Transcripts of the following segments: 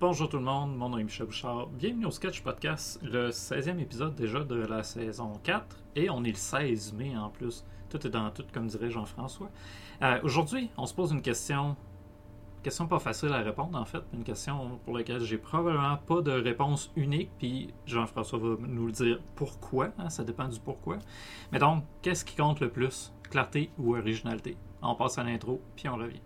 Bonjour tout le monde, mon nom est Michel Bouchard. Bienvenue au Sketch Podcast, le 16e épisode déjà de la saison 4. Et on est le 16 mai en plus. Tout est dans tout, comme dirait Jean-François. Aujourd'hui, on se pose une question pas facile à répondre en fait. Une question pour laquelle j'ai probablement pas de réponse unique. Puis Jean-François va nous le dire pourquoi, ça dépend du pourquoi. Mais donc, qu'est-ce qui compte le plus? Clarté ou originalité? On passe à l'intro, puis on revient.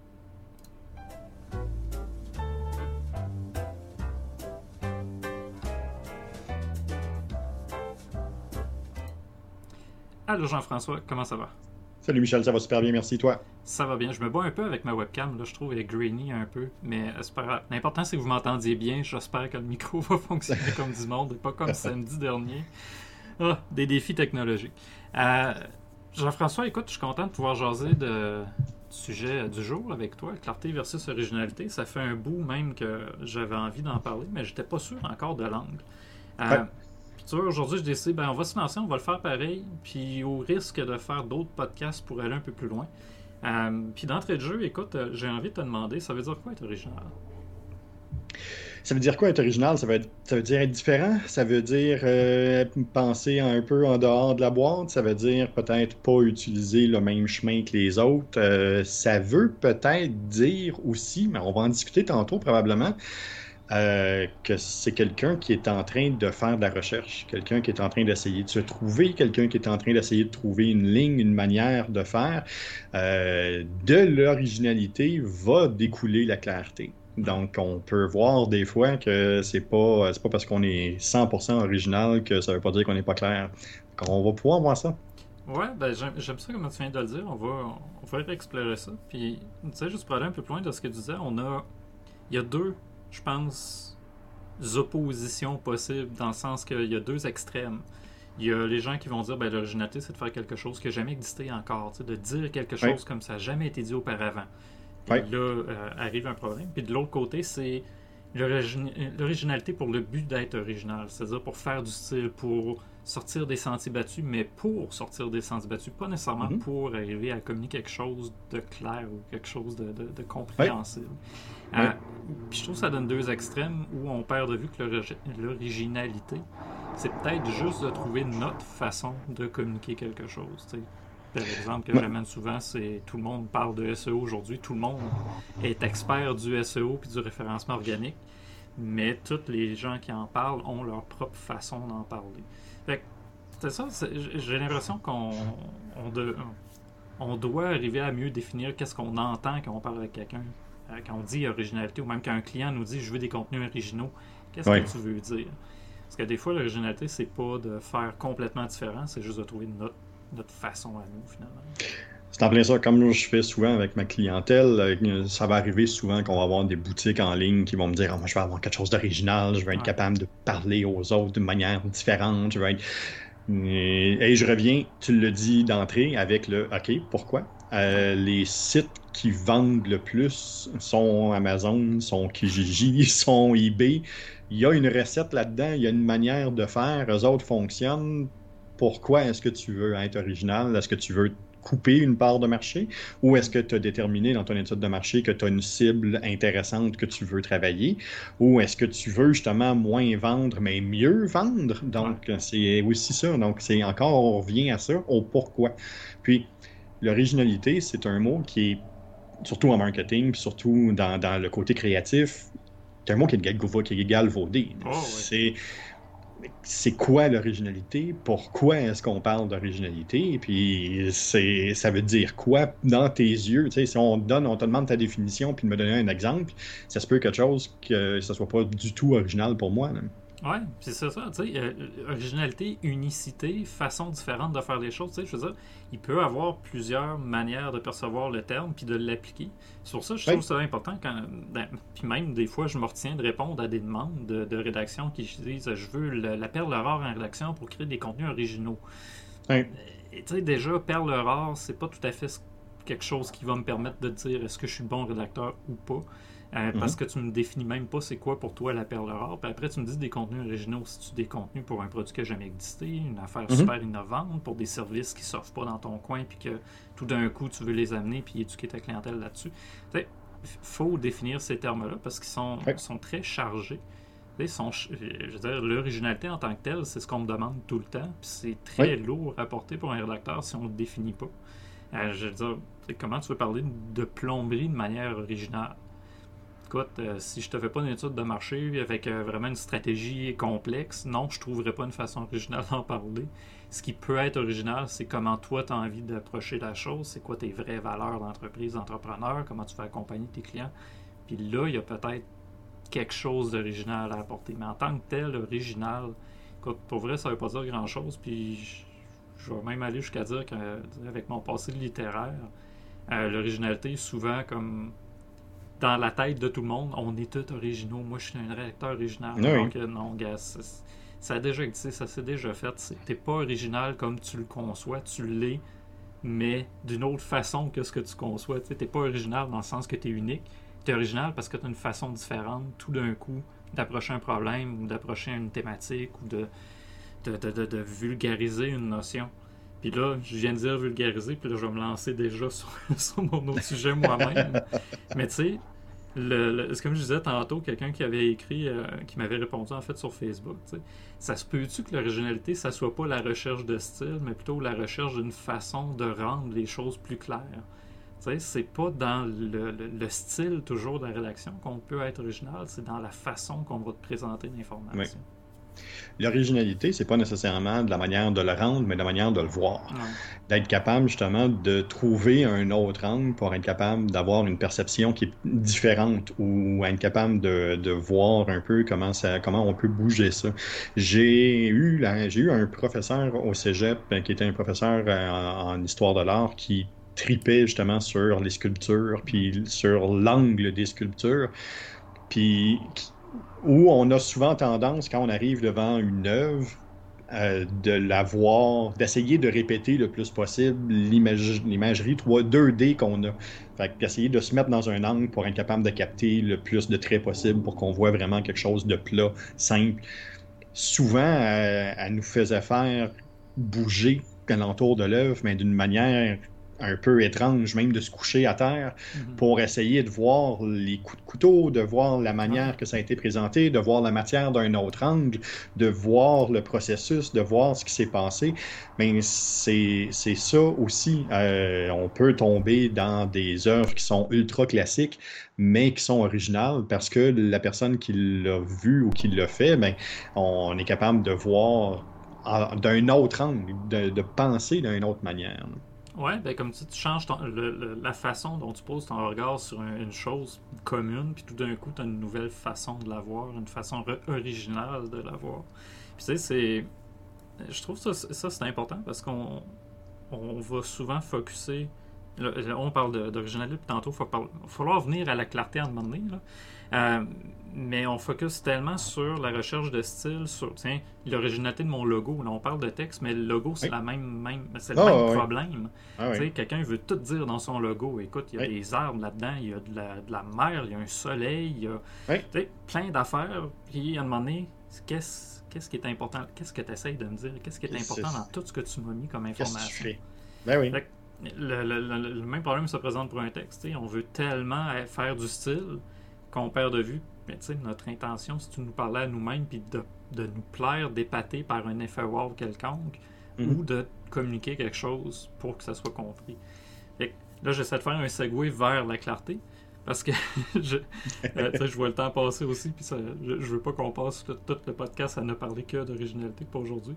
Allô Jean-François, comment ça va? Salut Michel, ça va super bien, merci. Toi? Ça va bien. Je me bats un peu avec ma webcam. Là, je trouve elle est grainy un peu. Mais c'est pas grave. L'important, c'est que vous m'entendiez bien. J'espère que le micro va fonctionner comme du monde et pas comme samedi dernier. Ah, des défis technologiques. Jean-François, écoute, je suis content de pouvoir jaser du sujet du jour avec toi. Clarté versus originalité. Ça fait un bout même que j'avais envie d'en parler, mais j'étais pas sûr encore de l'angle. Ouais. Tu vois, aujourd'hui, je décide, on va se lancer, on va le faire pareil, puis au risque de faire d'autres podcasts pour aller un peu plus loin. Puis d'entrée de jeu, écoute, j'ai envie de te demander, ça veut dire quoi être original? Ça veut dire quoi être original? Ça veut dire être différent? Ça veut dire penser un peu en dehors de la boîte? Ça veut dire peut-être pas utiliser le même chemin que les autres? Ça veut peut-être dire aussi, mais on va en discuter tantôt probablement, que c'est quelqu'un qui est en train de faire de la recherche, quelqu'un qui est en train d'essayer de se trouver, quelqu'un qui est en train d'essayer de trouver une ligne, une manière de faire. De l'originalité va découler la clarté. Donc, on peut voir des fois que c'est pas parce qu'on est 100% original que ça veut pas dire qu'on n'est pas clair. Donc, on va pouvoir voir ça. Ouais, j'aime ça comme tu viens de le dire, on va explorer ça. Puis, tu sais, juste pour aller un peu plus loin de ce que tu disais, il y a deux, je pense, oppositions possibles, dans le sens qu'il y a deux extrêmes. Il y a les gens qui vont dire l'originalité, c'est de faire quelque chose qui n'a jamais existé encore, de dire quelque chose comme ça n'a jamais été dit auparavant. Et là, arrive un problème. Puis de l'autre côté, c'est l'originalité pour le but d'être original, c'est-à-dire pour faire du style, pour sortir des sentiers battus, mais pour sortir des sentiers battus, pas nécessairement pour arriver à communiquer quelque chose de clair ou quelque chose de compréhensible. Puis je trouve que ça donne deux extrêmes où on perd de vue que l'originalité, c'est peut-être juste de trouver notre façon de communiquer quelque chose. T'sais. Par exemple, que j'amène souvent, c'est tout le monde parle de SEO aujourd'hui, tout le monde est expert du SEO puis du référencement organique, mais tous les gens qui en parlent ont leur propre façon d'en parler. Fait que, c'est ça, j'ai l'impression qu'on doit arriver à mieux définir qu'est-ce qu'on entend quand on parle avec quelqu'un. Quand on dit originalité, ou même quand un client nous dit « je veux des contenus originaux », qu'est-ce que tu veux dire? Parce que des fois, l'originalité, c'est pas de faire complètement différent, c'est juste de trouver notre façon à nous, finalement. C'est en plein ça. Comme je fais souvent avec ma clientèle, ça va arriver souvent qu'on va avoir des boutiques en ligne qui vont me dire « moi, je vais avoir quelque chose d'original, je vais être capable de parler aux autres d'une manière différente, je vais être... » Et je reviens, tu le dis d'entrée, avec le « OK, pourquoi? » Les sites qui vendent le plus sont Amazon, sont Kijiji, sont eBay. Il y a une recette là-dedans, il y a une manière de faire, eux autres fonctionnent. Pourquoi est-ce que tu veux être original? Est-ce que tu veux couper une part de marché? Ou est-ce que tu as déterminé dans ton étude de marché que tu as une cible intéressante que tu veux travailler? Ou est-ce que tu veux justement moins vendre, mais mieux vendre? Donc, c'est aussi ça. Donc, c'est encore, on revient à ça, au pourquoi. Puis, l'originalité, c'est un mot qui est, surtout en marketing, puis surtout dans le côté créatif, c'est un mot qui est galvaudé. C'est quoi l'originalité? Pourquoi est-ce qu'on parle d'originalité? Puis ça veut dire quoi dans tes yeux? Tu sais, si on te demande ta définition puis de me donner un exemple, ça se peut quelque chose que ça soit pas du tout original pour moi. Là. Ouais, puis c'est ça, tu sais, originalité, unicité, façon différente de faire les choses, tu sais, je veux dire, il peut y avoir plusieurs manières de percevoir le terme puis de l'appliquer. C'est pour ça que je trouve ça important puis même des fois, je me retiens de répondre à des demandes de rédaction qui disent « je veux la perle rare en rédaction pour créer des contenus originaux ». Tu sais, déjà, perle rare, c'est pas tout à fait quelque chose qui va me permettre de dire est-ce que je suis le bon rédacteur ou pas. Parce que tu me définis même pas c'est quoi pour toi la perle rare. Puis après, tu me dis des contenus originaux, si tu des contenus pour un produit qui n'a jamais existé, une affaire super innovante, pour des services qui ne s'offrent pas dans ton coin, puis que tout d'un coup, tu veux les amener, puis éduquer ta clientèle là-dessus. T'sais, faut définir ces termes-là parce qu'ils sont très chargés. Je veux dire, l'originalité en tant que telle, c'est ce qu'on me demande tout le temps. Puis c'est très lourd à porter pour un rédacteur si on ne le définit pas. Je veux dire, comment tu veux parler de plomberie de manière originale? Écoute, si je te fais pas une étude de marché avec vraiment une stratégie complexe, non, je trouverais pas une façon originale d'en parler. Ce qui peut être original, c'est comment toi tu as envie d'approcher la chose, c'est quoi tes vraies valeurs d'entreprise, d'entrepreneur, comment tu vas accompagner tes clients. Puis là, il y a peut-être quelque chose d'original à apporter. Mais en tant que tel, original, écoute, pour vrai, ça veut pas dire grand-chose. Puis je vais même aller jusqu'à dire qu'avec mon passé littéraire, l'originalité est souvent comme dans la tête de tout le monde, on est tous originaux. Moi, je suis un rédacteur original. Oui. Alors que non, gars, ça a déjà existé, ça s'est déjà fait. T'es pas original comme tu le conçois, tu l'es, mais d'une autre façon que ce que tu conçois. T'es pas original dans le sens que t'es unique. T'es original parce que t'as une façon différente, tout d'un coup, d'approcher un problème ou d'approcher une thématique ou de vulgariser une notion. Puis là, je viens de dire vulgariser, puis là, je vais me lancer déjà sur mon autre sujet moi-même. Mais tu sais, c'est comme je disais tantôt, quelqu'un qui avait écrit, qui m'avait répondu en fait sur Facebook, tu sais, ça se peut-tu que l'originalité, ça soit pas la recherche de style, mais plutôt la recherche d'une façon de rendre les choses plus claires. Tu sais, c'est pas dans le style toujours de la rédaction qu'on peut être original, c'est dans la façon qu'on va te présenter l'information. Oui. L'originalité, c'est pas nécessairement de la manière de le rendre, mais de la manière de le voir. Ouais. D'être capable justement de trouver un autre angle pour être capable d'avoir une perception qui est différente ou être capable de voir un peu comment on peut bouger ça. J'ai eu un professeur au cégep qui était un professeur en histoire de l'art qui tripait justement sur les sculptures, puis sur l'angle des sculptures, puis où on a souvent tendance, quand on arrive devant une œuvre, de la voir, d'essayer de répéter le plus possible l'imagerie 2D qu'on a. Fait d'essayer de se mettre dans un angle pour être capable de capter le plus de traits possible pour qu'on voit vraiment quelque chose de plat, simple. Souvent, elle nous faisait faire bouger alentour de l'œuvre, mais d'une manière un peu étrange, même de se coucher à terre pour essayer de voir les coups de couteau, de voir la manière que ça a été présenté, de voir la matière d'un autre angle, de voir le processus, de voir ce qui s'est passé. Mais c'est ça aussi. On peut tomber dans des œuvres qui sont ultra classiques, mais qui sont originales parce que la personne qui l'a vu ou qui l'a fait, ben, on est capable de voir d'un autre angle, de penser d'une autre manière. Ouais, ben comme tu changes la façon dont tu poses ton regard sur une chose commune, puis tout d'un coup, tu as une nouvelle façon de la voir, une façon originale de la voir. Puis tu sais, je trouve ça c'est important parce qu'on va souvent focusser. Là, on parle d'originalité, puis tantôt, il va falloir venir à la clarté à un moment donné, là. Mais on focus tellement sur la recherche de style, sur l'originalité de mon logo. Là, on parle de texte, mais le logo, c'est le même problème. Quelqu'un veut tout dire dans son logo. Écoute, il y a des arbres là-dedans, il y a de la mer, il y a un soleil, il y a plein d'affaires. Puis à un moment donné, qu'est-ce qui est important? Qu'est-ce que tu essayes de me dire? Qu'est-ce qui est important dans tout ce que tu m'as mis comme information? Qu'est-ce que tu fais? Ben oui. Le même problème se présente pour un texte. On veut tellement faire du style qu'on perd de vue. Mais notre intention, c'est de nous parler à nous-mêmes puis de nous plaire, d'épater par un effet wow quelconque ou de communiquer quelque chose pour que ça soit compris. Et là, j'essaie de faire un segue vers la clarté parce que je vois le temps passer aussi puis je veux pas qu'on passe tout le podcast à ne parler que d'originalité pour aujourd'hui.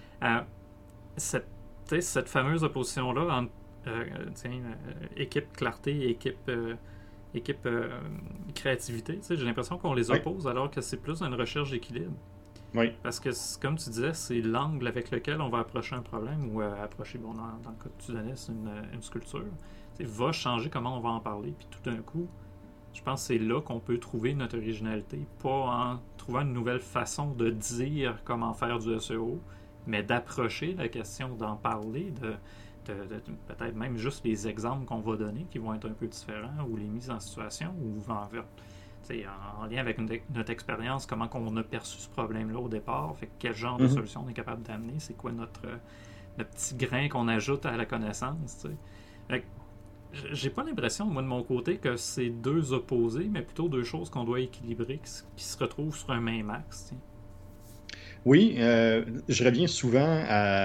Cette fameuse opposition-là entre équipe clarté et équipe créativité, j'ai l'impression qu'on les oppose alors que c'est plus une recherche d'équilibre. Oui. Parce que, comme tu disais, c'est l'angle avec lequel on va approcher un problème ou approcher, dans le cas que tu donnais, c'est une sculpture. Va changer comment on va en parler. Puis tout d'un coup, je pense que c'est là qu'on peut trouver notre originalité. Pas en trouvant une nouvelle façon de dire comment faire du SEO, mais d'approcher la question, d'en parler, de peut-être même juste les exemples qu'on va donner qui vont être un peu différents ou les mises en situation ou en lien avec notre expérience, comment on a perçu ce problème-là au départ, fait quel genre de solution on est capable d'amener, c'est quoi notre petit grain qu'on ajoute à la connaissance. j'ai pas l'impression, moi, de mon côté, que c'est deux opposés, mais plutôt deux choses qu'on doit équilibrer, qui se retrouvent sur un même axe. T'sais. Oui, je reviens souvent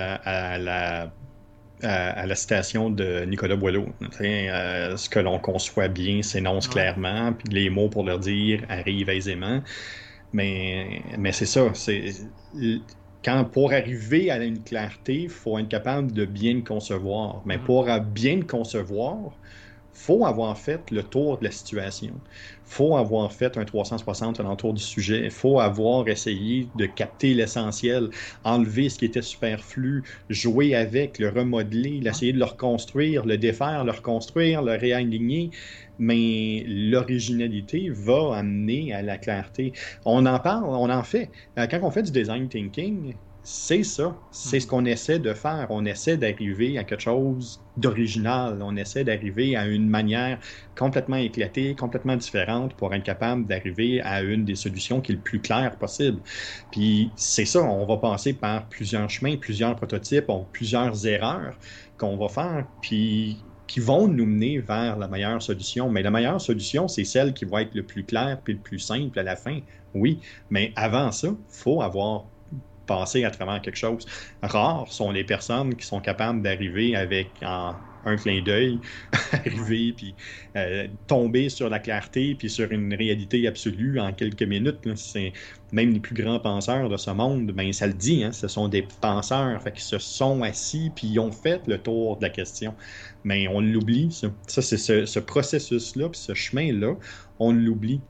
à la citation de Nicolas Boileau. Ce que l'on conçoit bien s'énonce Ouais. clairement, puis les mots pour le dire arrivent aisément. Mais c'est ça. Pour arriver à une clarté, il faut être capable de bien le concevoir. Mais Mhm. pour bien le concevoir, faut avoir fait le tour de la situation. Faut avoir fait un 360 alentour du sujet. Faut avoir essayé de capter l'essentiel, enlever ce qui était superflu, jouer avec, le remodeler, Ouais. essayer de le reconstruire, le défaire, le reconstruire, le réaligner. Mais l'originalité va amener à la clarté. On en parle, on en fait. Quand on fait du design thinking, c'est ça. C'est ce Mhm. qu'on essaie de faire. On essaie d'arriver à quelque chose d'original. On essaie d'arriver à une manière complètement éclatée, complètement différente pour être capable d'arriver à une des solutions qui est le plus claire possible. Puis c'est ça, on va passer par plusieurs chemins, plusieurs prototypes, plusieurs erreurs qu'on va faire, puis qui vont nous mener vers la meilleure solution. Mais la meilleure solution, c'est celle qui va être le plus claire puis le plus simple à la fin. Oui, mais avant ça, il faut avoir passer à travers quelque chose. Rares sont les personnes qui sont capables d'arriver avec un clin d'œil, Ouais. arriver puis tomber sur la clarté puis sur une réalité absolue en quelques minutes. Là. C'est même les plus grands penseurs de ce monde, ben ça le dit, hein, ce sont des penseurs, fait qu'ils se sont assis puis ils ont fait le tour de la question. Mais on l'oublie, ça. Ça, c'est ce processus-là puis ce chemin-là, on l'oublie.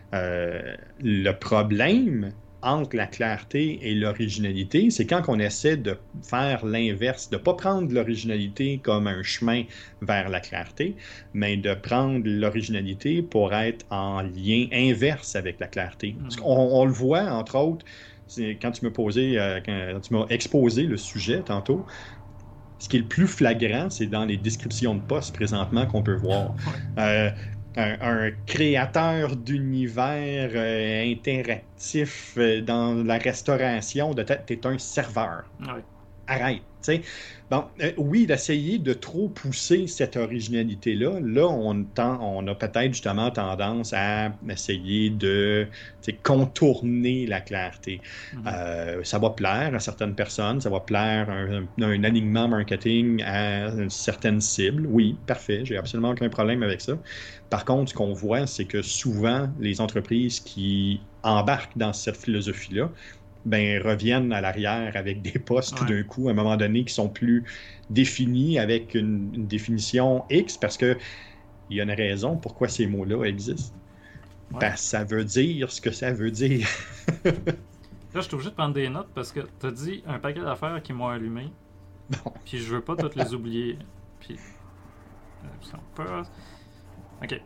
Le problème entre la clarté et l'originalité, c'est quand on essaie de faire l'inverse, de ne pas prendre l'originalité comme un chemin vers la clarté, mais de prendre l'originalité pour être en lien inverse avec la clarté. Parce Mhm. qu'on le voit, entre autres, quand tu quand tu m'as exposé le sujet tantôt, ce qui est le plus flagrant, c'est dans les descriptions de postes présentement qu'on peut voir. Ouais. Euh, un créateur d'univers interactif dans la restauration, t'es un serveur. Ouais. Arrête. T'sais. Bon, oui, d'essayer de trop pousser cette originalité-là, là, on a peut-être justement tendance à essayer de contourner la clarté. Mhm. Ça va plaire à certaines personnes, ça va plaire un alignement marketing à une certaine cible. Oui, parfait, j'ai absolument aucun problème avec ça. Par contre, ce qu'on voit, c'est que souvent, les entreprises qui embarquent dans cette philosophie-là, ben, reviennent à l'arrière avec des postes tout Ouais. d'un coup, à un moment donné, qui sont plus définis avec une définition X, parce que il y a une raison pourquoi ces mots-là existent. Ouais. Ben, ça veut dire ce que ça veut dire. Là, je suis obligé de prendre des notes parce que t'as dit un paquet d'affaires qui m'ont allumé, Bon. puis je veux pas toutes les oublier. Puis, ça me passe. Ok.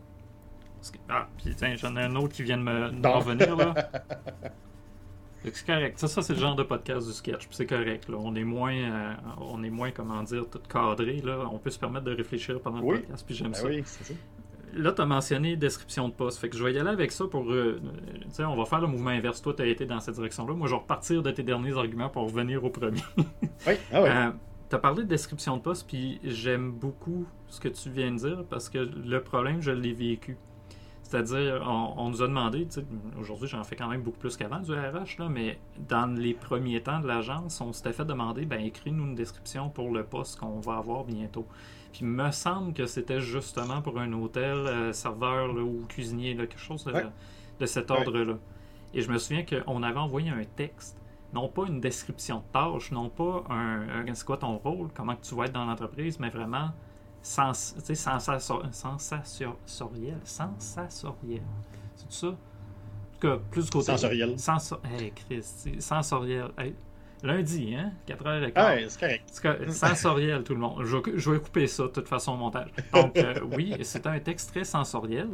Ah, puis tiens, j'en ai un autre qui vient de me Bon. revenir, là. Fait que c'est correct. Ça c'est le genre de podcast du sketch, puis c'est correct, là. On est moins, comment dire, tout cadré, là. On peut se permettre de réfléchir pendant le Oui, podcast, puis j'aime ben ça. oui, c'est ça. Là, tu as mentionné description de poste. Fait que je vais y aller avec ça pour. Tu sais, on va faire le mouvement inverse. Toi, tu as été dans cette direction-là. Moi, je vais repartir de tes derniers arguments pour revenir au premier. Oui, ah oui. Tu as parlé de description de poste, puis j'aime beaucoup ce que tu viens de dire parce que le problème, je l'ai vécu. C'est-à-dire, on nous a demandé, aujourd'hui j'en fais quand même beaucoup plus qu'avant du RH, là, mais dans les premiers temps de l'agence, on s'était fait demander, ben écris-nous une description pour le poste qu'on va avoir bientôt. Puis il me semble que c'était justement pour un hôtel, serveur là, ou cuisinier, là, quelque chose Ouais, de cet ouais. ordre-là. Et je me souviens qu'on avait envoyé un texte, non pas une description de tâche, non pas c'est quoi ton rôle, comment que tu vas être dans l'entreprise, mais vraiment sensoriel. Sensoriel. C'est tout ça? En tout cas, plus du côté. Sensoriel. Hey, Christ, sensoriel. Hey, lundi, hein? 4h15. Ah ouais, c'est correct. Sensoriel, tout le monde. Je vais couper ça, de toute façon, au montage. Donc, oui, c'était un texte très sensoriel.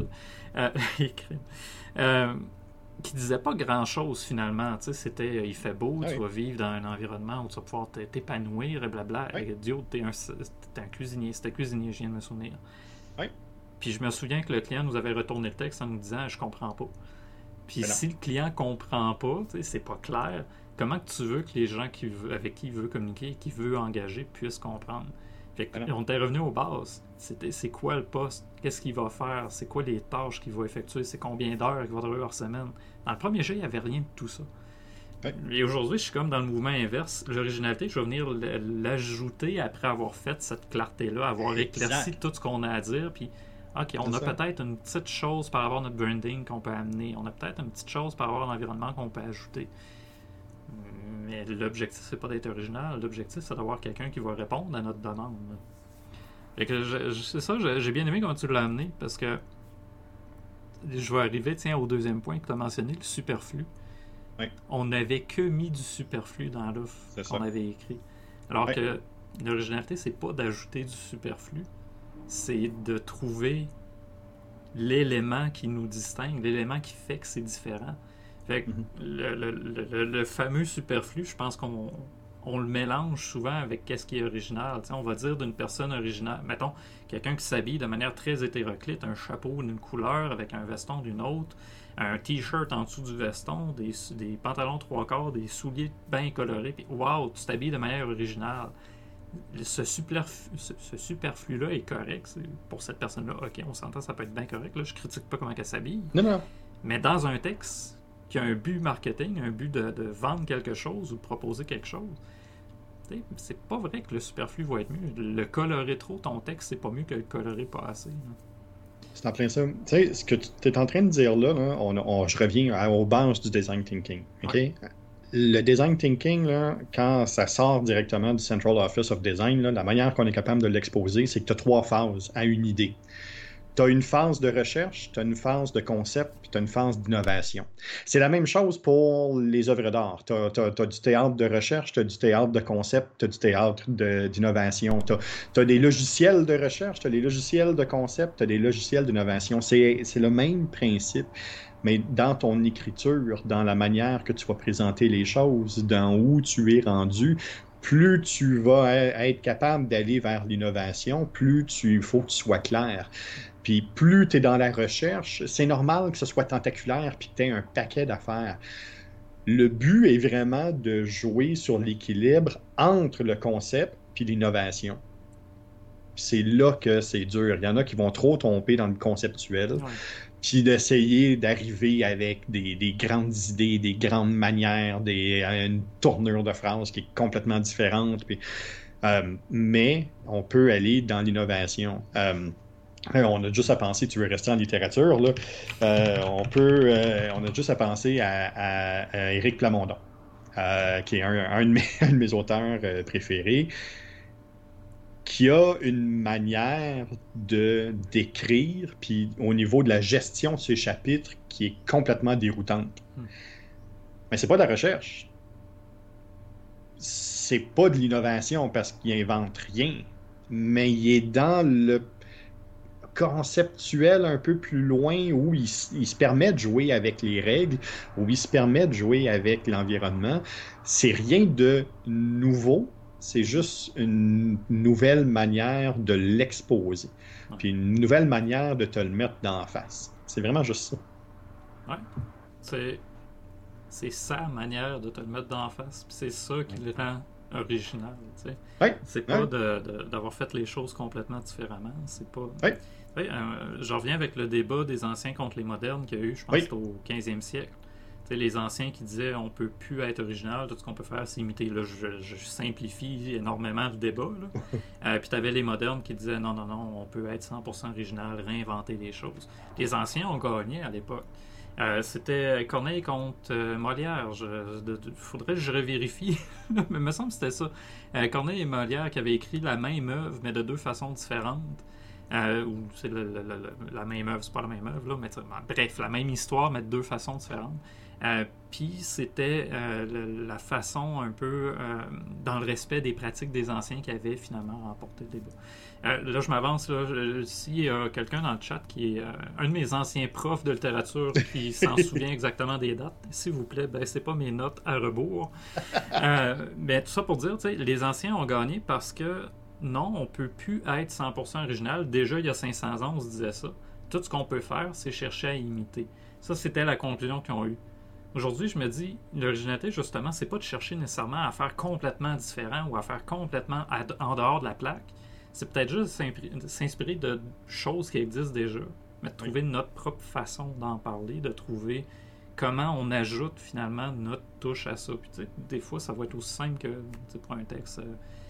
Euh, qui disait pas grand chose finalement. Tu sais, c'était il fait beau, Ah tu oui. vas vivre dans un environnement où tu vas pouvoir t'épanouir et blabla. Oui, Dieu, t'es un cuisinier. C'était cuisinier, je viens de me souvenir. oui. Puis je me souviens que le client nous avait retourné le texte en nous disant je comprends pas. Puis Mais non. si le client comprend pas, tu sais, c'est pas clair, comment que tu veux que les gens avec qui il veut communiquer et qui veut engager puissent comprendre? Fait qu'on était revenu aux bases. C'est quoi le poste? Qu'est-ce qu'il va faire? C'est quoi les tâches qu'il va effectuer? C'est combien d'heures qu'il va travailler par semaine? Dans le premier jeu, il n'y avait rien de tout ça. Ouais. Et aujourd'hui, je suis comme dans le mouvement inverse. L'originalité, je vais venir l'ajouter après avoir fait cette clarté-là, avoir éclairci tout ce qu'on a à dire, puis OK, on a peut-être une petite chose par rapport à notre branding qu'on peut amener. On a peut-être une petite chose par rapport à l'environnement qu'on peut ajouter. Mais l'objectif, c'est pas d'être original. L'objectif, c'est d'avoir quelqu'un qui va répondre à notre demande. Fait que c'est ça, j'ai bien aimé comment tu l'as amené, parce que je vais arriver, au deuxième point que tu as mentionné, le superflu. Oui. On n'avait que mis du superflu dans l'offre qu'on avait écrit. Alors que l'originalité, c'est pas d'ajouter du superflu, c'est de trouver l'élément qui nous distingue, l'élément qui fait que c'est différent. Fait que le fameux superflu, je pense qu'on le mélange souvent avec qu'est-ce qui est original. T'sais, on va dire d'une personne originale, mettons, quelqu'un qui s'habille de manière très hétéroclite, un chapeau d'une couleur avec un veston d'une autre, un t-shirt en dessous du veston, des pantalons 3/4, des souliers bien colorés, puis wow, tu t'habilles de manière originale. Ce superflu-là est correct. Pour cette personne-là, OK, on s'entend, ça peut être bien correct. Là, je critique pas comment elle s'habille. Non. Mais dans un texte qui a un but marketing, un but de vendre quelque chose ou de proposer quelque chose, c'est pas vrai que le superflu va être mieux. Le colorer trop, ton texte, c'est pas mieux que le colorer pas assez. Là. C'est en plein ça. Tu sais, ce que tu es en train de dire là, je reviens aux bases du design thinking. OK? Ouais. Le design thinking, là, quand ça sort directement du Central Office of Design, là, la manière qu'on est capable de l'exposer, c'est que tu as 3 phases à une idée. Tu as une phase de recherche, tu as une phase de concept, puis tu as une phase d'innovation. C'est la même chose pour les œuvres d'art. Tu as du théâtre de recherche, tu as du théâtre de concept, tu as du théâtre d'innovation. Tu as des logiciels de recherche, tu as des logiciels de concept, tu as des logiciels d'innovation. C'est le même principe. Mais dans ton écriture, dans la manière que tu vas présenter les choses, dans où tu es rendu, plus tu vas être capable d'aller vers l'innovation, plus il faut que tu sois clair. Puis plus tu es dans la recherche, c'est normal que ce soit tentaculaire puis que tu aies un paquet d'affaires. Le but est vraiment de jouer sur l'équilibre entre le concept puis l'innovation. C'est là que c'est dur. Il y en a qui vont trop tomber dans le conceptuel. Ouais. Puis d'essayer d'arriver avec des grandes idées, des grandes manières, une tournure de phrase qui est complètement différente. Puis, mais on peut aller dans l'innovation. On a juste à penser, tu veux rester en littérature, là, on a juste à penser à Éric Plamondon, qui est un de mes auteurs préférés, qui a une manière d'écrire, puis au niveau de la gestion de ses chapitres, qui est complètement déroutante. Mais c'est pas de la recherche. C'est pas de l'innovation parce qu'il invente rien. Mais il est dans le conceptuel un peu plus loin où il se permet de jouer avec les règles, où il se permet de jouer avec l'environnement. C'est rien de nouveau. C'est juste une nouvelle manière de l'exposer. Puis une nouvelle manière de te le mettre d'en face. C'est vraiment juste ça. Ouais. C'est sa manière de te le mettre d'en face. Puis c'est ça qui le rend original. Tu sais. Ouais. C'est pas d'avoir fait les choses complètement différemment. C'est pas... Ouais. Je reviens avec le débat des anciens contre les modernes qu'il y a eu, je pense, au 15e siècle. Les anciens qui disaient on peut plus être original, tout ce qu'on peut faire c'est imiter. Là, je simplifie énormément le débat. Puis tu avais les modernes qui disaient non, on peut être 100% original, réinventer les choses. Les anciens ont gagné à l'époque. C'était Corneille contre Molière. Faudrait que je revérifie, mais il me semble que c'était ça. Corneille et Molière qui avaient écrit la même œuvre, mais de 2 façons différentes. Ou c'est la même œuvre, c'est pas la même œuvre, là, mais bref, la même histoire, mais de 2 façons différentes. Puis c'était la façon un peu dans le respect des pratiques des anciens qui avaient finalement remporté le débat. Là, je m'avance. S'il y a quelqu'un dans le chat qui est un de mes anciens profs de littérature qui s'en souvient exactement des dates, s'il vous plaît, baissez pas mes notes à rebours. Mais tout ça pour dire, les anciens ont gagné parce que non, on ne peut plus être 100% original. Déjà, il y a 500 ans, on se disait ça. Tout ce qu'on peut faire, c'est chercher à imiter. Ça, c'était la conclusion qu'ils ont eue. Aujourd'hui, je me dis, l'originalité, justement, c'est pas de chercher nécessairement à faire complètement différent ou à faire complètement en dehors de la plaque. c'est peut-être juste s'inspirer de choses qui existent déjà, mais de trouver notre propre façon d'en parler, de trouver comment on ajoute finalement notre touche à ça. Puis, des fois, ça va être aussi simple que pour un texte.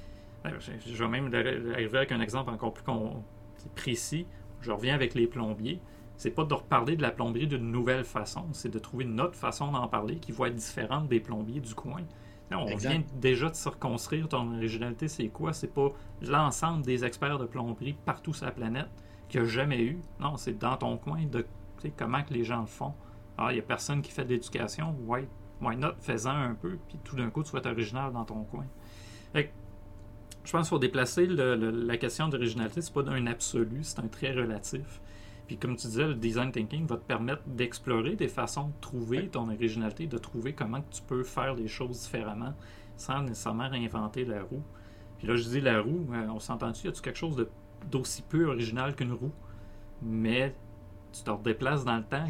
Je vais même arriver avec un exemple encore plus précis. Je reviens avec les plombiers. C'est pas de reparler de la plomberie d'une nouvelle façon, c'est de trouver notre façon d'en parler qui va être différente des plombiers du coin. On vient déjà de circonscrire ton originalité, c'est quoi? C'est pas l'ensemble des experts de plomberie partout sur la planète qu'il n'y a jamais eu. Non, c'est dans ton coin de comment que les gens le font. Alors, il n'y a personne qui fait de l'éducation. Why not? Fais-en un peu, puis tout d'un coup, tu vas être original dans ton coin. Fait que, je pense qu'il faut déplacer la question d'originalité. C'est pas un absolu, c'est un trait relatif. Puis comme tu disais, le design thinking va te permettre d'explorer des façons de trouver ton originalité, de trouver comment tu peux faire les choses différemment sans nécessairement réinventer la roue. Puis là, je dis la roue, on s'entend-tu, y a-tu quelque chose d'aussi peu original qu'une roue? Mais tu te redéplaces dans le temps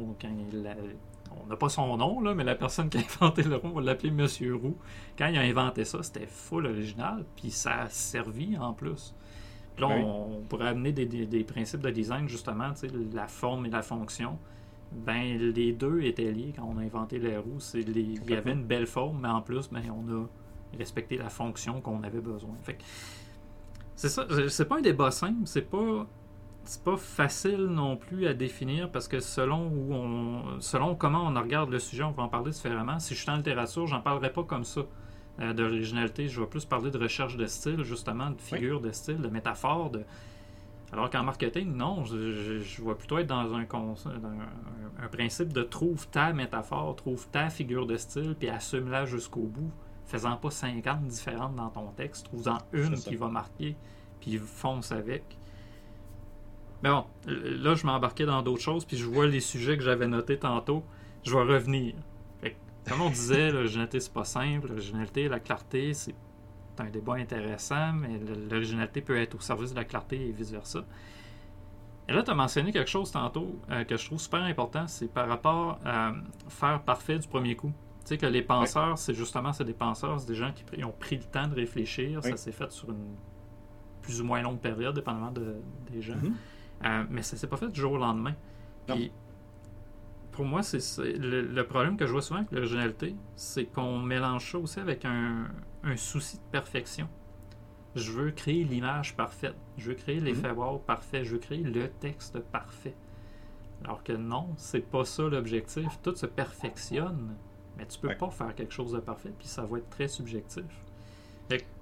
on n'a pas son nom, là, mais la personne qui a inventé le roue, on va l'appeler Monsieur Roux. Quand il a inventé ça, c'était full original, puis ça a servi en plus. Puis là, on pourrait amener des principes de design, justement, la forme et la fonction. Ben, les deux étaient liés quand on a inventé les roues. Il y avait une belle forme, mais en plus, on a respecté la fonction qu'on avait besoin. Fait que, c'est ça, c'est pas un débat simple, c'est pas facile non plus à définir parce que selon comment on regarde le sujet, on va en parler différemment. Si je suis en littérature, j'en parlerai pas comme ça de l'originalité. Je vais plus parler de recherche de style, justement, de figure de style, de métaphore. Alors qu'en marketing, non, je vais plutôt être dans un principe de trouve ta métaphore, trouve ta figure de style, puis assume-la jusqu'au bout. Faisant pas 50 différentes dans ton texte, trouve-en une qui va marquer, puis fonce avec. Mais bon, là, je m'embarquais dans d'autres choses, puis je vois les sujets que j'avais notés tantôt. Je vais revenir. Fait que, comme on disait, l'originalité, c'est pas simple. L'originalité, la clarté, c'est un débat intéressant, mais l'originalité peut être au service de la clarté et vice-versa. Et là, tu as mentionné quelque chose tantôt que je trouve super important, c'est par rapport à faire parfait du premier coup. Tu sais que les penseurs, c'est des penseurs, c'est des gens qui ont pris le temps de réfléchir. Ça s'est fait sur une plus ou moins longue période, dépendamment des gens. Mais ça s'est pas fait du jour au lendemain. Puis, pour moi, c'est le problème que je vois souvent avec l'originalité, c'est qu'on mélange ça aussi avec un souci de perfection. Je veux créer l'image parfaite. Je veux créer l'effet wow parfait. Je veux créer le texte parfait. Alors que non, c'est pas ça l'objectif. Tout se perfectionne, mais tu peux pas faire quelque chose de parfait, puis ça va être très subjectif. Fait que,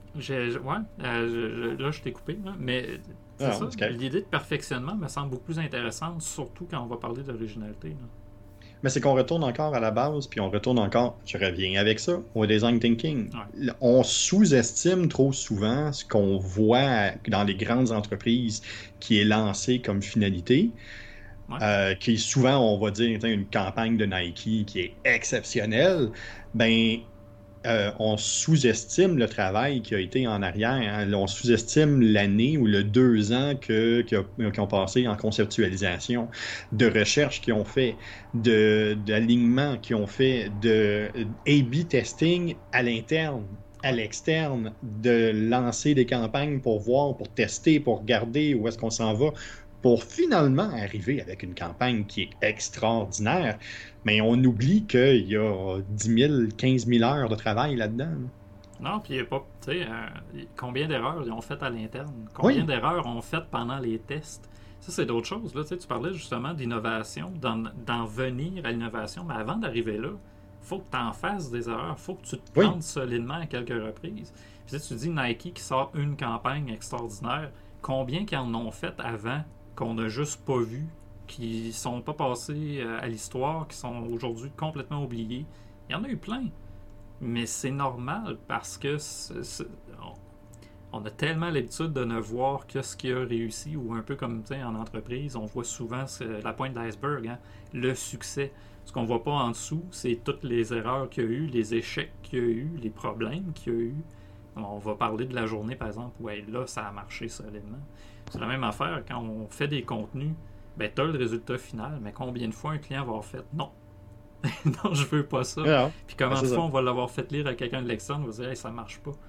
là, je t'ai coupé, là, mais c'est ça. L'idée de perfectionnement me semble beaucoup plus intéressante, surtout quand on va parler d'originalité. Là. Mais c'est qu'on retourne encore à la base, puis on retourne encore, je reviens avec ça, au design thinking. On sous-estime trop souvent ce qu'on voit dans les grandes entreprises qui est lancé comme finalité. Qui est souvent, on va dire, une campagne de Nike qui est exceptionnelle. On sous-estime le travail qui a été en arrière. Hein. On sous-estime l'année ou le 2 ans qui ont passé en conceptualisation, de recherche qu'ils ont fait, d'alignement qu'ils ont fait, de A/B testing à l'interne, à l'externe, de lancer des campagnes pour voir, pour tester, pour regarder où est-ce qu'on s'en va, pour finalement arriver avec une campagne qui est extraordinaire. Mais on oublie qu'il y a 10 000, 15 000 heures de travail là-dedans. Non, puis il n'y a pas... Tu sais, combien d'erreurs ils ont faites à l'interne? Combien d'erreurs ont faites pendant les tests? Ça, c'est d'autres choses. Là. Tu parlais justement d'innovation, d'en venir à l'innovation. Mais avant d'arriver là, il faut que tu en fasses des erreurs. Il faut que tu te plantes solidement à quelques reprises. Puis tu dis Nike qui sort une campagne extraordinaire, combien qu'ils en ont fait avant qu'on n'a juste pas vu, qui sont pas passés à l'histoire, qui sont aujourd'hui complètement oubliés. Il y en a eu plein. Mais c'est normal parce que on a tellement l'habitude de ne voir que ce qui a réussi, ou un peu comme en entreprise, on voit souvent la pointe de l'iceberg, hein, le succès. Ce qu'on voit pas en dessous, c'est toutes les erreurs qu'il y a eu, les échecs qu'il y a eu, les problèmes qu'il y a eu. On va parler de la journée, par exemple, où là, ça a marché solidement. C'est la même affaire quand on fait des contenus. Ben, tu as le résultat final, mais combien de fois un client va avoir fait non? Non, je veux pas ça. Puis combien de fois on va l'avoir fait lire à quelqu'un de l'externe, on va dire hey, ça marche pas.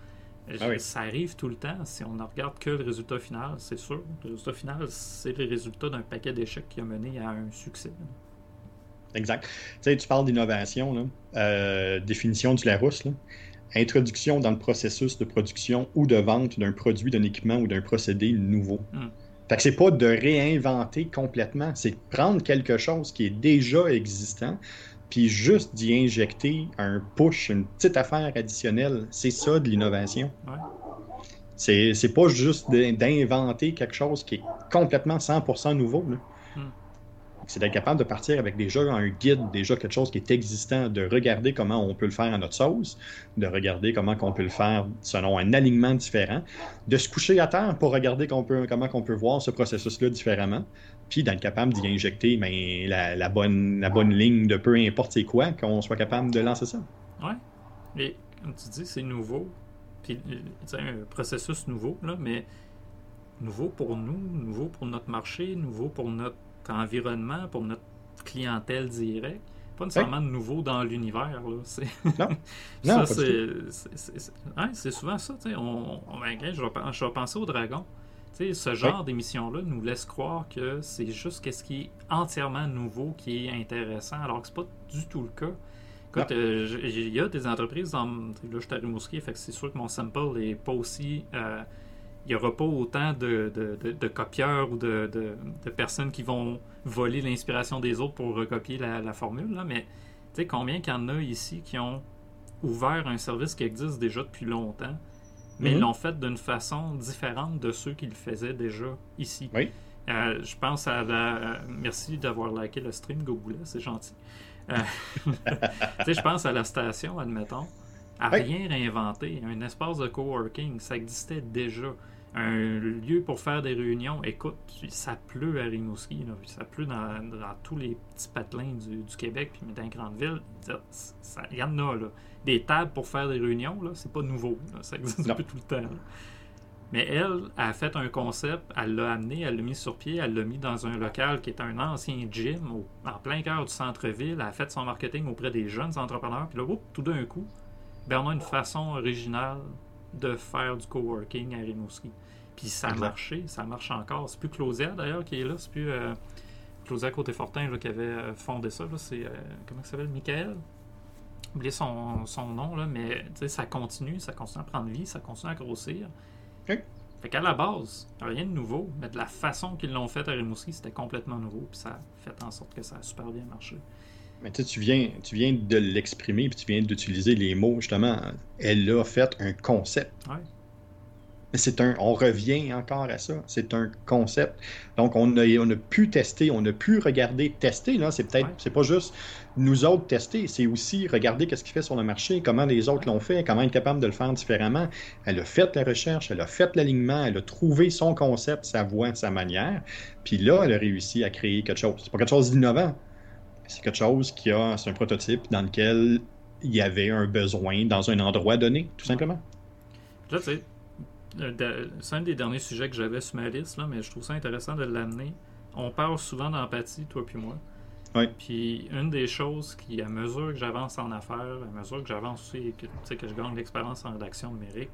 Ah oui. Ça arrive tout le temps. Si on ne regarde que le résultat final, c'est sûr. Le résultat final, c'est le résultat d'un paquet d'échecs qui a mené à un succès. Exact. Tu sais, tu parles d'innovation, là. Définition du Larousse, là. Introduction dans le processus de production ou de vente d'un produit, d'un équipement ou d'un procédé nouveau. Fait que c'est pas de réinventer complètement, c'est de prendre quelque chose qui est déjà existant, puis juste d'y injecter un push, une petite affaire additionnelle. C'est ça de l'innovation. Ouais. C'est pas juste d'inventer quelque chose qui est complètement 100% nouveau, là. C'est d'être capable de partir avec déjà un guide, déjà quelque chose qui est existant, de regarder comment on peut le faire à notre sauce, de regarder comment on peut le faire selon un alignement différent, de se coucher à terre pour regarder comment on peut voir ce processus-là différemment, puis d'être capable d'y injecter la bonne ligne de peu importe c'est quoi, qu'on soit capable de lancer ça. Ouais. Et comme tu dis, c'est nouveau. Puis, c'est un processus nouveau, là, mais nouveau pour nous, nouveau pour notre marché, nouveau pour notre environnement, pour notre clientèle directe. Pas nécessairement nouveau dans l'univers. Là. Non. Ça, c'est souvent ça. Je vais penser au dragon. Ce genre d'émission-là nous laisse croire que c'est juste ce qui est entièrement nouveau qui est intéressant, alors que c'est pas du tout le cas. Écoute, il y a des entreprises là, je suis à Rimouski, fait que c'est sûr que mon sample n'est pas aussi... il n'y aura pas autant de copieurs ou de personnes qui vont voler l'inspiration des autres pour recopier la formule, là, mais tu sais, combien qu'il y en a ici qui ont ouvert un service qui existe déjà depuis longtemps, mais ils l'ont fait d'une façon différente de ceux qui le faisaient déjà ici. Oui. Je pense à la... Merci d'avoir liké le stream, Gogoulet, c'est gentil. Je pense à la station, admettons, à rien réinventer. Un espace de coworking, ça existait déjà. Un lieu pour faire des réunions. Écoute, ça pleut à Rimouski, là. Ça pleut dans tous les petits patelins du Québec, puis dans les grandes villes. Il y en a, là. Des tables pour faire des réunions, là, c'est pas nouveau. Là. Ça existe depuis tout le temps. Là. Mais elle a fait un concept, elle l'a amené, elle l'a mis sur pied, elle l'a mis dans un local qui est un ancien gym en plein cœur du centre-ville. Elle a fait son marketing auprès des jeunes entrepreneurs. Puis là, tout d'un coup, on a une façon originale de faire du coworking à Rimouski. Puis ça a marché, ça marche encore. C'est plus Claudia d'ailleurs qui est là, c'est plus Claudia Côté-Fortin là, qui avait fondé ça. Là, c'est comment ça s'appelle, Michael? J'ai oublié son nom, là, mais ça continue à prendre vie, ça continue à grossir. Okay. Fait qu'à la base, rien de nouveau, mais de la façon qu'ils l'ont fait à Rimouski, c'était complètement nouveau, puis ça a fait en sorte que ça a super bien marché. Mais tu viens de l'exprimer, puis tu viens d'utiliser les mots, justement. Elle a fait un concept. Ouais. Mais on revient encore à ça. C'est un concept. Donc, on a pu tester, on a pu regarder, tester, là. C'est pas juste nous autres tester, c'est aussi regarder qu'est-ce qu'il fait sur le marché, comment les autres l'ont fait, comment être capable de le faire différemment. Elle a fait la recherche, elle a fait l'alignement, elle a trouvé son concept, sa voie, sa manière. Puis là, elle a réussi à créer quelque chose. C'est pas quelque chose d'innovant. C'est quelque chose c'est un prototype dans lequel il y avait un besoin dans un endroit donné, tout simplement. Là, tu sais, c'est un des derniers sujets que j'avais sur ma liste, là, mais je trouve ça intéressant de l'amener. On parle souvent d'empathie, toi puis moi. Oui. Puis une des choses qui, à mesure que j'avance en affaires, à mesure que j'avance aussi, que je gagne de l'expérience en rédaction numérique,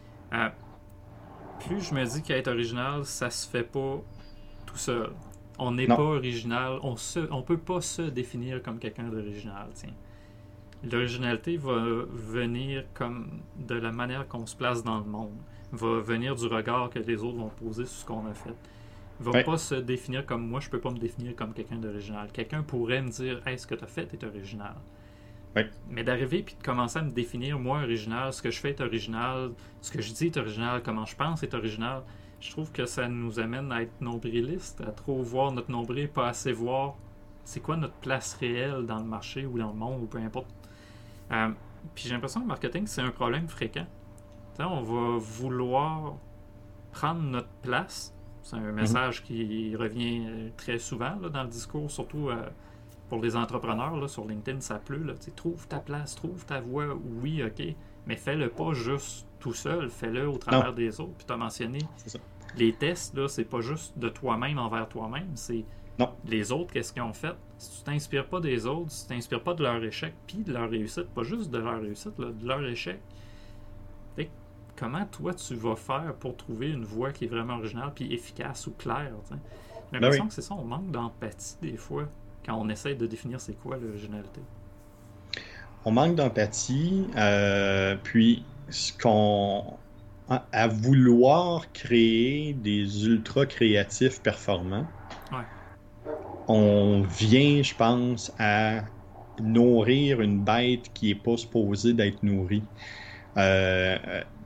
plus je me dis qu'être original, ça se fait pas tout seul. On n'est pas original, on peut pas se définir comme quelqu'un d'original. Tiens. L'originalité va venir comme de la manière qu'on se place dans le monde, va venir du regard que les autres vont poser sur ce qu'on a fait. Va pas se définir comme moi, je peux pas me définir comme quelqu'un d'original. Quelqu'un pourrait me dire hey, ce que tu as fait est original. Mais d'arriver puis de commencer à me définir moi original, ce que je fais est original, ce que je dis est original, comment je pense est original, je trouve que ça nous amène à être nombriliste, à trop voir notre nombril, pas assez voir c'est quoi notre place réelle dans le marché ou dans le monde ou peu importe. Puis j'ai l'impression que le marketing c'est un problème fréquent. T'sais, on va vouloir prendre notre place. C'est un message qui revient très souvent là, dans le discours, surtout pour les entrepreneurs. Là, sur LinkedIn, ça pleut. Là, trouve ta place, trouve ta voie. Oui, OK. Mais fais-le pas juste tout seul. Fais-le au travers des autres. Puis tu as mentionné, les tests, là, c'est pas juste de toi-même envers toi-même. C'est les autres, qu'est-ce qu'ils ont fait. Si tu t'inspires pas des autres, si tu t'inspires pas de leur échec, puis de leur réussite, pas juste de leur réussite, là, de leur échec. comment toi tu vas faire pour trouver une voix qui est vraiment originale puis efficace ou claire, t'sais? J'ai Ben l'impression oui. que c'est ça, on manque d'empathie des fois quand on essaie de définir c'est quoi l'originalité. On manque d'empathie, puis ce qu'on à vouloir créer des ultra créatifs performants, Ouais, on vient, je pense, à nourrir une bête qui est pas supposée d'être nourrie. Euh,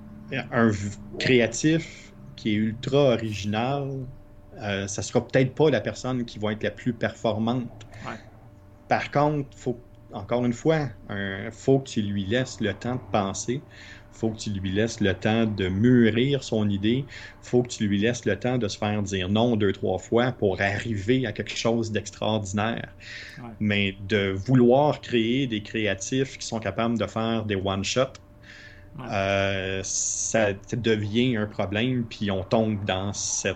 créatif qui est ultra original, ça sera peut-être pas la personne qui va être la plus performante. ouais, Par contre, encore une fois, faut que tu lui laisses le temps de penser. Faut que tu lui laisses le temps de mûrir son idée. Faut que tu lui laisses le temps de se faire dire non 2, 3 fois pour arriver à quelque chose d'extraordinaire. ouais. Mais de vouloir créer des créatifs qui sont capables de faire des one-shots, Ouais. ça devient un problème, puis on tombe dans cette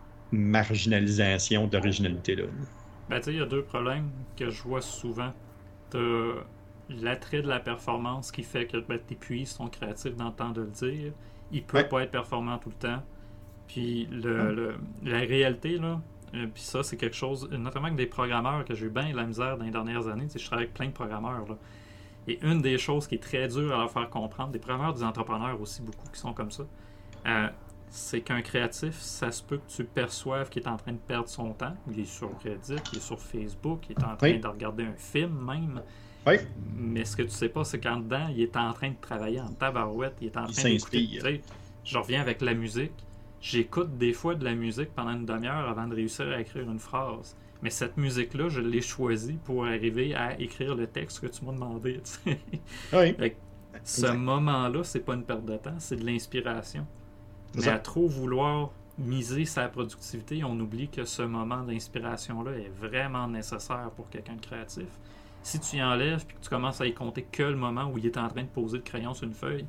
marginalisation d'originalité-là. Ben, tu sais, il y a deux problèmes que je vois souvent. T'as l'attrait de la performance qui fait que ben, t'épuises ton créatif dans le temps de le dire. Il peut Ouais. pas être performant tout le temps. Puis Ouais. la réalité, là, puis ça, c'est quelque chose, notamment avec des programmeurs que j'ai eu bien de la misère dans les dernières années. Tu sais, je travaille avec plein de programmeurs, là. Et une des choses qui est très dure à leur faire comprendre, des programmeurs, des entrepreneurs aussi, beaucoup qui sont comme ça, euh, c'est qu'un créatif, ça se peut que tu perçoives qu'il est en train de perdre son temps. Il est sur Reddit, il est sur Facebook, il est en train Oui. de regarder un film même. Oui. Mais ce que tu sais pas, c'est qu'en dedans, il est en train de travailler en tabarouette, il est en Il train d'écouter. Tu s'inspire. sais, je reviens avec la musique. J'écoute des fois de la musique pendant une demi-heure avant de réussir à écrire une phrase. Mais cette musique-là, je l'ai choisie pour arriver à écrire le texte que tu m'as demandé. Tu sais. Oui. Fait que ce Exact. moment-là, c'est pas une perte de temps, c'est de l'inspiration. C'est Mais à ça. trop vouloir miser sa productivité, on oublie que ce moment d'inspiration-là est vraiment nécessaire pour quelqu'un de créatif. Si tu y enlèves et que tu commences à y compter que le moment où il est en train de poser le crayon sur une feuille,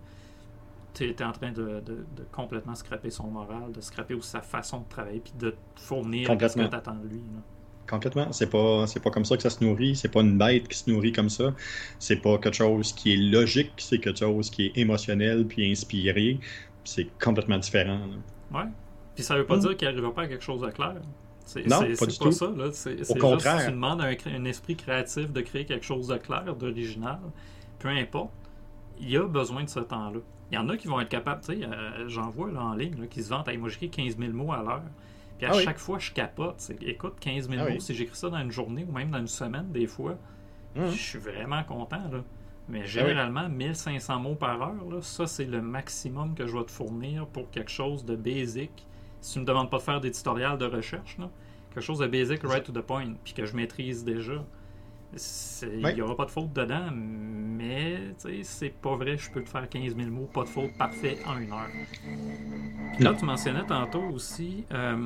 tu es en train de complètement scraper son moral, de scraper aussi sa façon de travailler puis de te fournir ce que Complètement. tu attends de lui. Là. Complètement. C'est pas comme ça que ça se nourrit. C'est pas une bête qui se nourrit comme ça. C'est pas quelque chose qui est logique. C'est quelque chose qui est émotionnel puis inspiré. C'est complètement différent, là. Ouais. Puis ça veut pas dire qu'il n'arrivera pas à quelque chose de clair. Non, pas du C'est pas tout. ça, là. C'est juste contraire. si tu demandes à un esprit créatif de créer quelque chose de clair, d'original, peu importe, il y a besoin de ce temps-là. Il y en a qui vont être capables, tu sais, j'en vois là, en ligne, là, qui se vantent, hey, moi j'écris 15 000 mots à l'heure. Puis à Ah oui. chaque fois, je capote. Écoute, 15 000 Ah mots, oui. si j'écris ça dans une journée ou même dans une semaine, des fois, je Mhm. suis vraiment content, là. Mais Ah oui. généralement, 1500 mots par heure, là, ça c'est le maximum que je vais te fournir pour quelque chose de basic. Si tu me demandes pas de faire des tutoriels de recherche, là, quelque chose de basic, right to the point, puis que je maîtrise déjà. Il Oui. n'y aura pas de faute dedans, mais c'est pas vrai, je peux te faire 15 000 mots, pas de faute, parfait, en 1 heure. Puis là, Non. tu mentionnais tantôt aussi,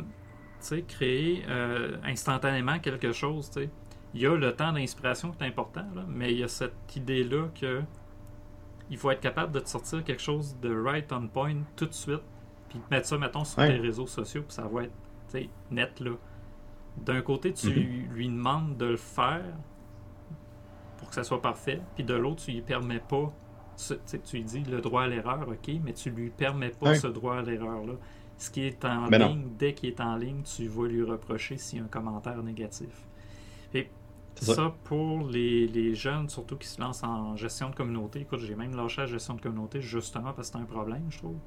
créer instantanément quelque chose, tu sais. Il y a le temps d'inspiration qui est important, là, mais il y a cette idée-là que il faut être capable de te sortir quelque chose de right on point tout de suite, puis de mettre ça, mettons, sur Ouais. tes réseaux sociaux, puis ça va être net, là. D'un côté, tu lui demandes de le faire pour que ça soit parfait, puis de l'autre, tu lui permets pas, tu lui dis le droit à l'erreur, ok, mais tu lui permets pas Ouais. ce droit à l'erreur-là. Ce qui est en Ben non. ligne, dès qu'il est en ligne, tu vas lui reprocher s'il y a un commentaire négatif. Et C'est ça, pour les jeunes, surtout qui se lancent en gestion de communauté, écoute, j'ai même lâché la gestion de communauté justement parce que c'est un problème, je trouve.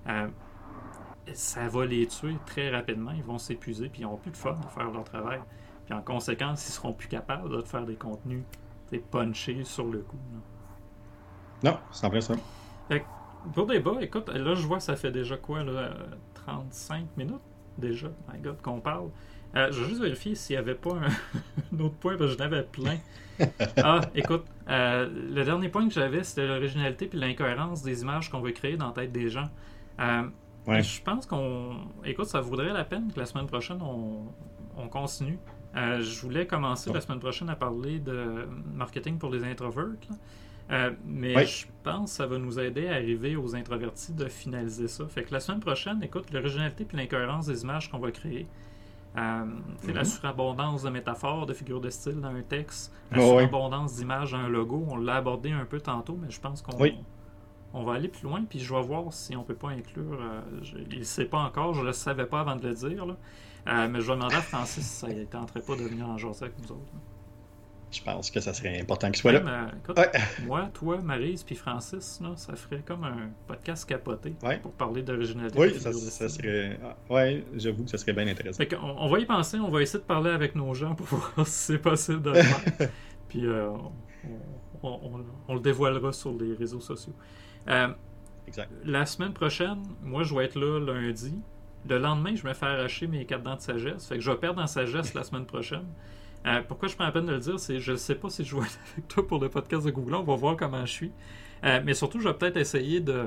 Ça va les tuer très rapidement, ils vont s'épuiser, puis ils n'auront plus de fun à faire leur travail. Puis en conséquence, ils seront plus capables de faire des contenus punchés sur le coup. Là. Non, c'est en vrai ça. Fait que, pour débat, écoute, là je vois que ça fait déjà quoi, là, 35 minutes déjà, my God, qu'on parle. Je vais juste vérifier s'il n'y avait pas un autre point, parce que j'en avais plein. Ah, écoute, le dernier point que j'avais, c'était l'originalité puis l'incohérence des images qu'on veut créer dans la tête des gens. Ouais. Je pense écoute, ça vaudrait la peine que la semaine prochaine, on continue. Je voulais commencer la semaine prochaine à parler de marketing pour les introverts, là. Mais Ouais. je pense que ça va nous aider à arriver aux introvertis de finaliser ça. Fait que la semaine prochaine, écoute, l'originalité puis l'incohérence des images qu'on va créer. La surabondance de métaphores, de figures de style dans un texte, la Ouais. surabondance d'images dans un logo, on l'a abordé un peu tantôt, mais je pense qu'on Oui. on va aller plus loin, puis je vais voir si on peut pas inclure. Il ne sait pas encore, je le savais pas avant de le dire, là. Mais je vais demander à Francis si ça ne tenterait pas de venir en jaser avec nous autres. Là. Je pense que ça serait important qu'il soit là. Écoute, moi, toi, Maryse, puis Francis, là, ça ferait comme un podcast capoté pour parler d'originalité. Oui, ça serait. Ouais, j'avoue que ça serait bien intéressant. Fait on va y penser, on va essayer de parler avec nos gens pour voir si c'est possible de le faire. Puis on le dévoilera sur les réseaux sociaux. Exact. La semaine prochaine, moi, je vais être là lundi. Le lendemain, je vais me faire arracher mes 4 dents de sagesse. Fait que je vais perdre en sagesse la semaine prochaine. Pourquoi je prends la peine de le dire, c'est je ne sais pas si je vais être avec toi pour le podcast de Google. On va voir comment je suis. Mais surtout, je vais peut-être essayer de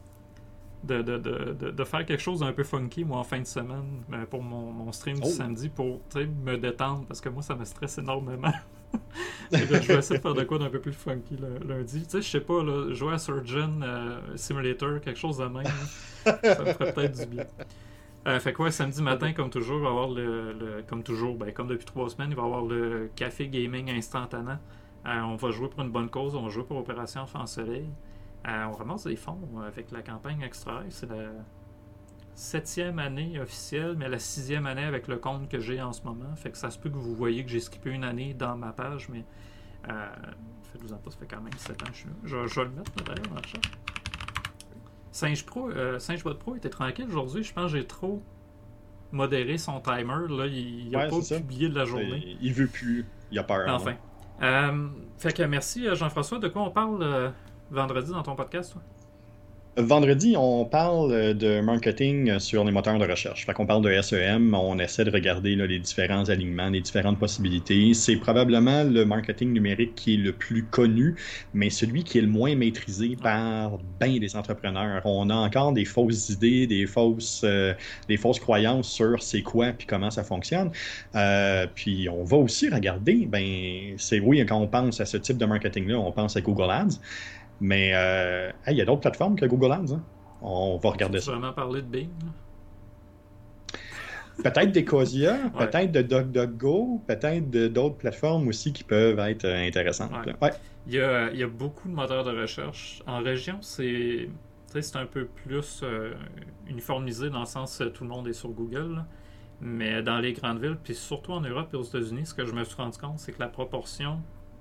faire quelque chose d'un peu funky, moi, en fin de semaine, pour mon stream du samedi, pour me détendre, parce que moi, ça me stresse énormément. Je vais essayer de faire de quoi d'un peu plus funky lundi. Tu sais, je sais pas, là, jouer à Surgeon Simulator, quelque chose de même, ça me ferait peut-être du bien. Fait que samedi matin, comme toujours, il va y avoir comme depuis 3 semaines, il va y avoir le café gaming instantané. On va jouer pour une bonne cause, on va jouer pour Opération Enfant Soleil. On ramasse des fonds avec la campagne Extra. C'est la 7e année officielle, mais la 6e année avec le compte que j'ai en ce moment. Fait que ça se peut que vous voyez que j'ai skippé une année dans ma page, mais faites-vous en pas, ça fait quand même 7 ans que je suis là. Je vais le mettre d'ailleurs dans le chat. SingeBot Pro était tranquille aujourd'hui. Je pense que j'ai trop modéré son timer. Là, il n'a pas publié de la journée. Il veut plus. Il a peur. Enfin. Fait que merci Jean-François. De quoi on parle vendredi dans ton podcast, toi? Vendredi, on parle de marketing sur les moteurs de recherche. Fait qu'on parle de SEM, on essaie de regarder là, les différents alignements, les différentes possibilités. C'est probablement le marketing numérique qui est le plus connu, mais celui qui est le moins maîtrisé par bien des entrepreneurs. On a encore des fausses idées, des fausses croyances sur c'est quoi puis comment ça fonctionne. Puis on va aussi regarder, quand on pense à ce type de marketing-là, on pense à Google Ads. Mais il y a d'autres plateformes que Google Ads. Hein? On va regarder ça. Tu veux vraiment parler de Bing? Peut-être d'Ecosia, peut-être de DuckDuckGo, peut-être d'autres plateformes aussi qui peuvent être intéressantes. Ouais. Il y a beaucoup de moteurs de recherche. En région, c'est un peu plus uniformisé dans le sens que tout le monde est sur Google. Là. Mais dans les grandes villes, puis surtout en Europe et aux États-Unis, ce que je me suis rendu compte, c'est que la proportion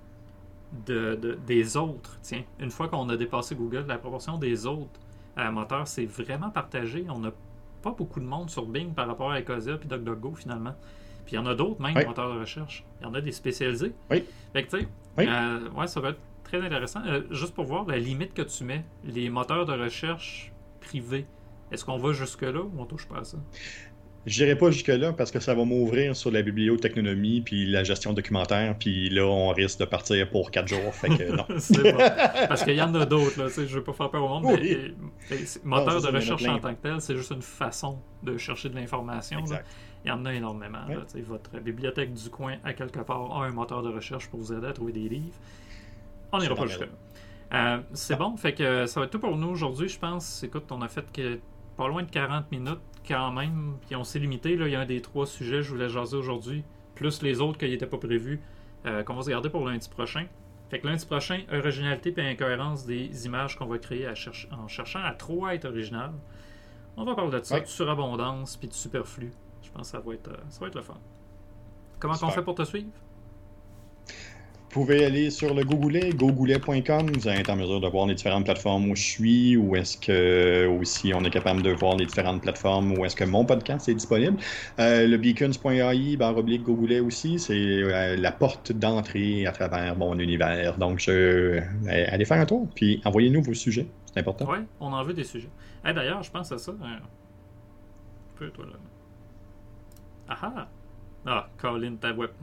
des autres, une fois qu'on a dépassé Google, la proportion des autres moteurs, c'est vraiment partagé. On n'a pas beaucoup de monde sur Bing par rapport à Ecosia puis DuckDuckGo finalement. Puis il y en a d'autres même, moteurs de recherche. Il y en a des spécialisés. Oui. Fait que ça va être très intéressant. Juste pour voir la limite que tu mets, les moteurs de recherche privés, est-ce qu'on va jusque-là ou on touche pas à ça? Je n'irai pas jusque-là parce que ça va m'ouvrir sur la bibliotechnologie puis la gestion documentaire, puis là, on risque de partir pour 4 jours. Fait que non. C'est bon. Parce qu'il y en a d'autres, là. Je ne veux pas faire peur au monde, mais moteur de recherche en tant que tel, c'est juste une façon de chercher de l'information. Il y en a énormément. Là. Votre bibliothèque du coin, à quelque part, a un moteur de recherche pour vous aider à trouver des livres. On n'ira pas jusque-là. C'est bon. Fait que ça va être tout pour nous aujourd'hui, je pense. Écoute, on a fait pas loin de 40 minutes quand même, puis on s'est limité. Là, il y a un des 3 sujets que je voulais jaser aujourd'hui, plus les autres qui n'étaient pas prévus, qu'on va se garder pour lundi prochain. Fait que lundi prochain, originalité et incohérence des images qu'on va créer en cherchant à trop être original. On va parler de ça, de surabondance puis de superflu. Je pense que ça va être le fun. Comment on fait pour te suivre? Vous pouvez aller sur le Gogoulet, gogoulet.com. Vous allez être en mesure de voir les différentes plateformes où je suis, ou est-ce que aussi on est capable de voir les différentes plateformes où est-ce que mon podcast est disponible. Le beacons.ai, /Gogoulet aussi, c'est la porte d'entrée à travers mon univers. Donc, allez faire un tour, puis envoyez-nous vos sujets. C'est important. Oui, on en veut des sujets. D'ailleurs, je pense à ça. Un peu, toi, là. Ah, Colin, ta web.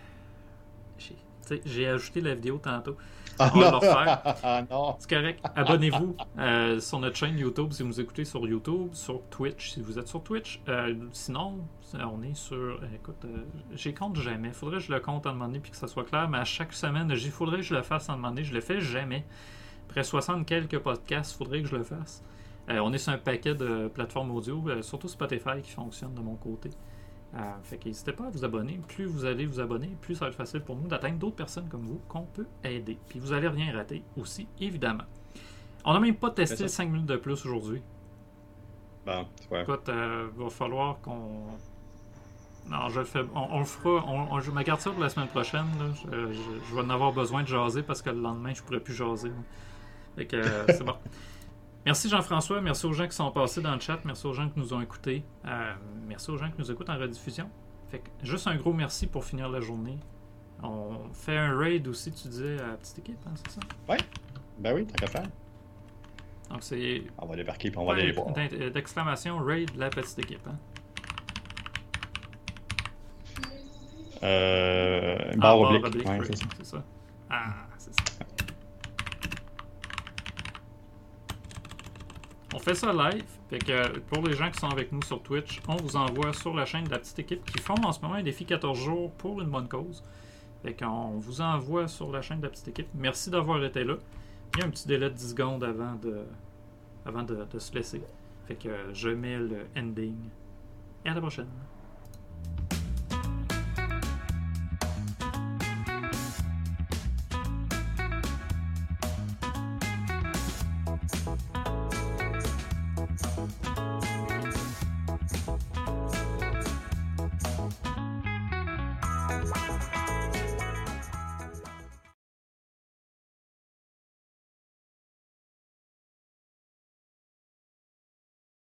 J'ai ajouté la vidéo tantôt. On va le refaire. Non. C'est correct. Abonnez-vous sur notre chaîne YouTube si vous nous écoutez sur YouTube, sur Twitch si vous êtes sur Twitch. Sinon, on est sur... Écoute, j'y compte jamais. Faudrait que je le compte à un moment donné puis que ça soit clair, mais à chaque semaine, il faudrait que je le fasse à un moment donné. Je le fais jamais. Après 60 quelques podcasts, il faudrait que je le fasse. On est sur un paquet de plateformes audio, surtout Spotify qui fonctionne de mon côté. Fait que n'hésitez pas à vous abonner. Plus vous allez vous abonner, plus ça va être facile pour nous d'atteindre d'autres personnes comme vous qu'on peut aider. Puis vous n'allez rien rater aussi, évidemment. On n'a même pas testé C'est ça. 5 minutes de plus aujourd'hui. Bon, c'est pas... Écoute, va falloir qu'on... Non, je le fais. On le fera. Je me garde ça pour la semaine prochaine. Là. Je vais en avoir besoin de jaser parce que le lendemain, je pourrais plus jaser. Là. Fait que c'est bon. Merci Jean-François. Merci aux gens qui sont passés dans le chat. Merci aux gens qui nous ont écoutés. Merci aux gens qui nous écoutent en rediffusion. Fait que juste un gros merci pour finir la journée. On fait un raid aussi, tu disais, à la petite équipe, hein, c'est ça? Ouais. Ben oui, tant qu'à faire. Donc c'est. On va débarquer puis on va aller les voir. D'exclamation raid la petite équipe. Hein? Barre oblique. Ouais, raid, c'est ça. Ah, c'est ça. On fait ça live. Fait que pour les gens qui sont avec nous sur Twitch, on vous envoie sur la chaîne de la petite équipe qui font en ce moment un défi 14 jours pour une bonne cause. Fait qu'on vous envoie sur la chaîne de la petite équipe. Merci d'avoir été là. Il y a un petit délai de 10 secondes avant de se laisser. Fait que je mets le ending. Et à la prochaine.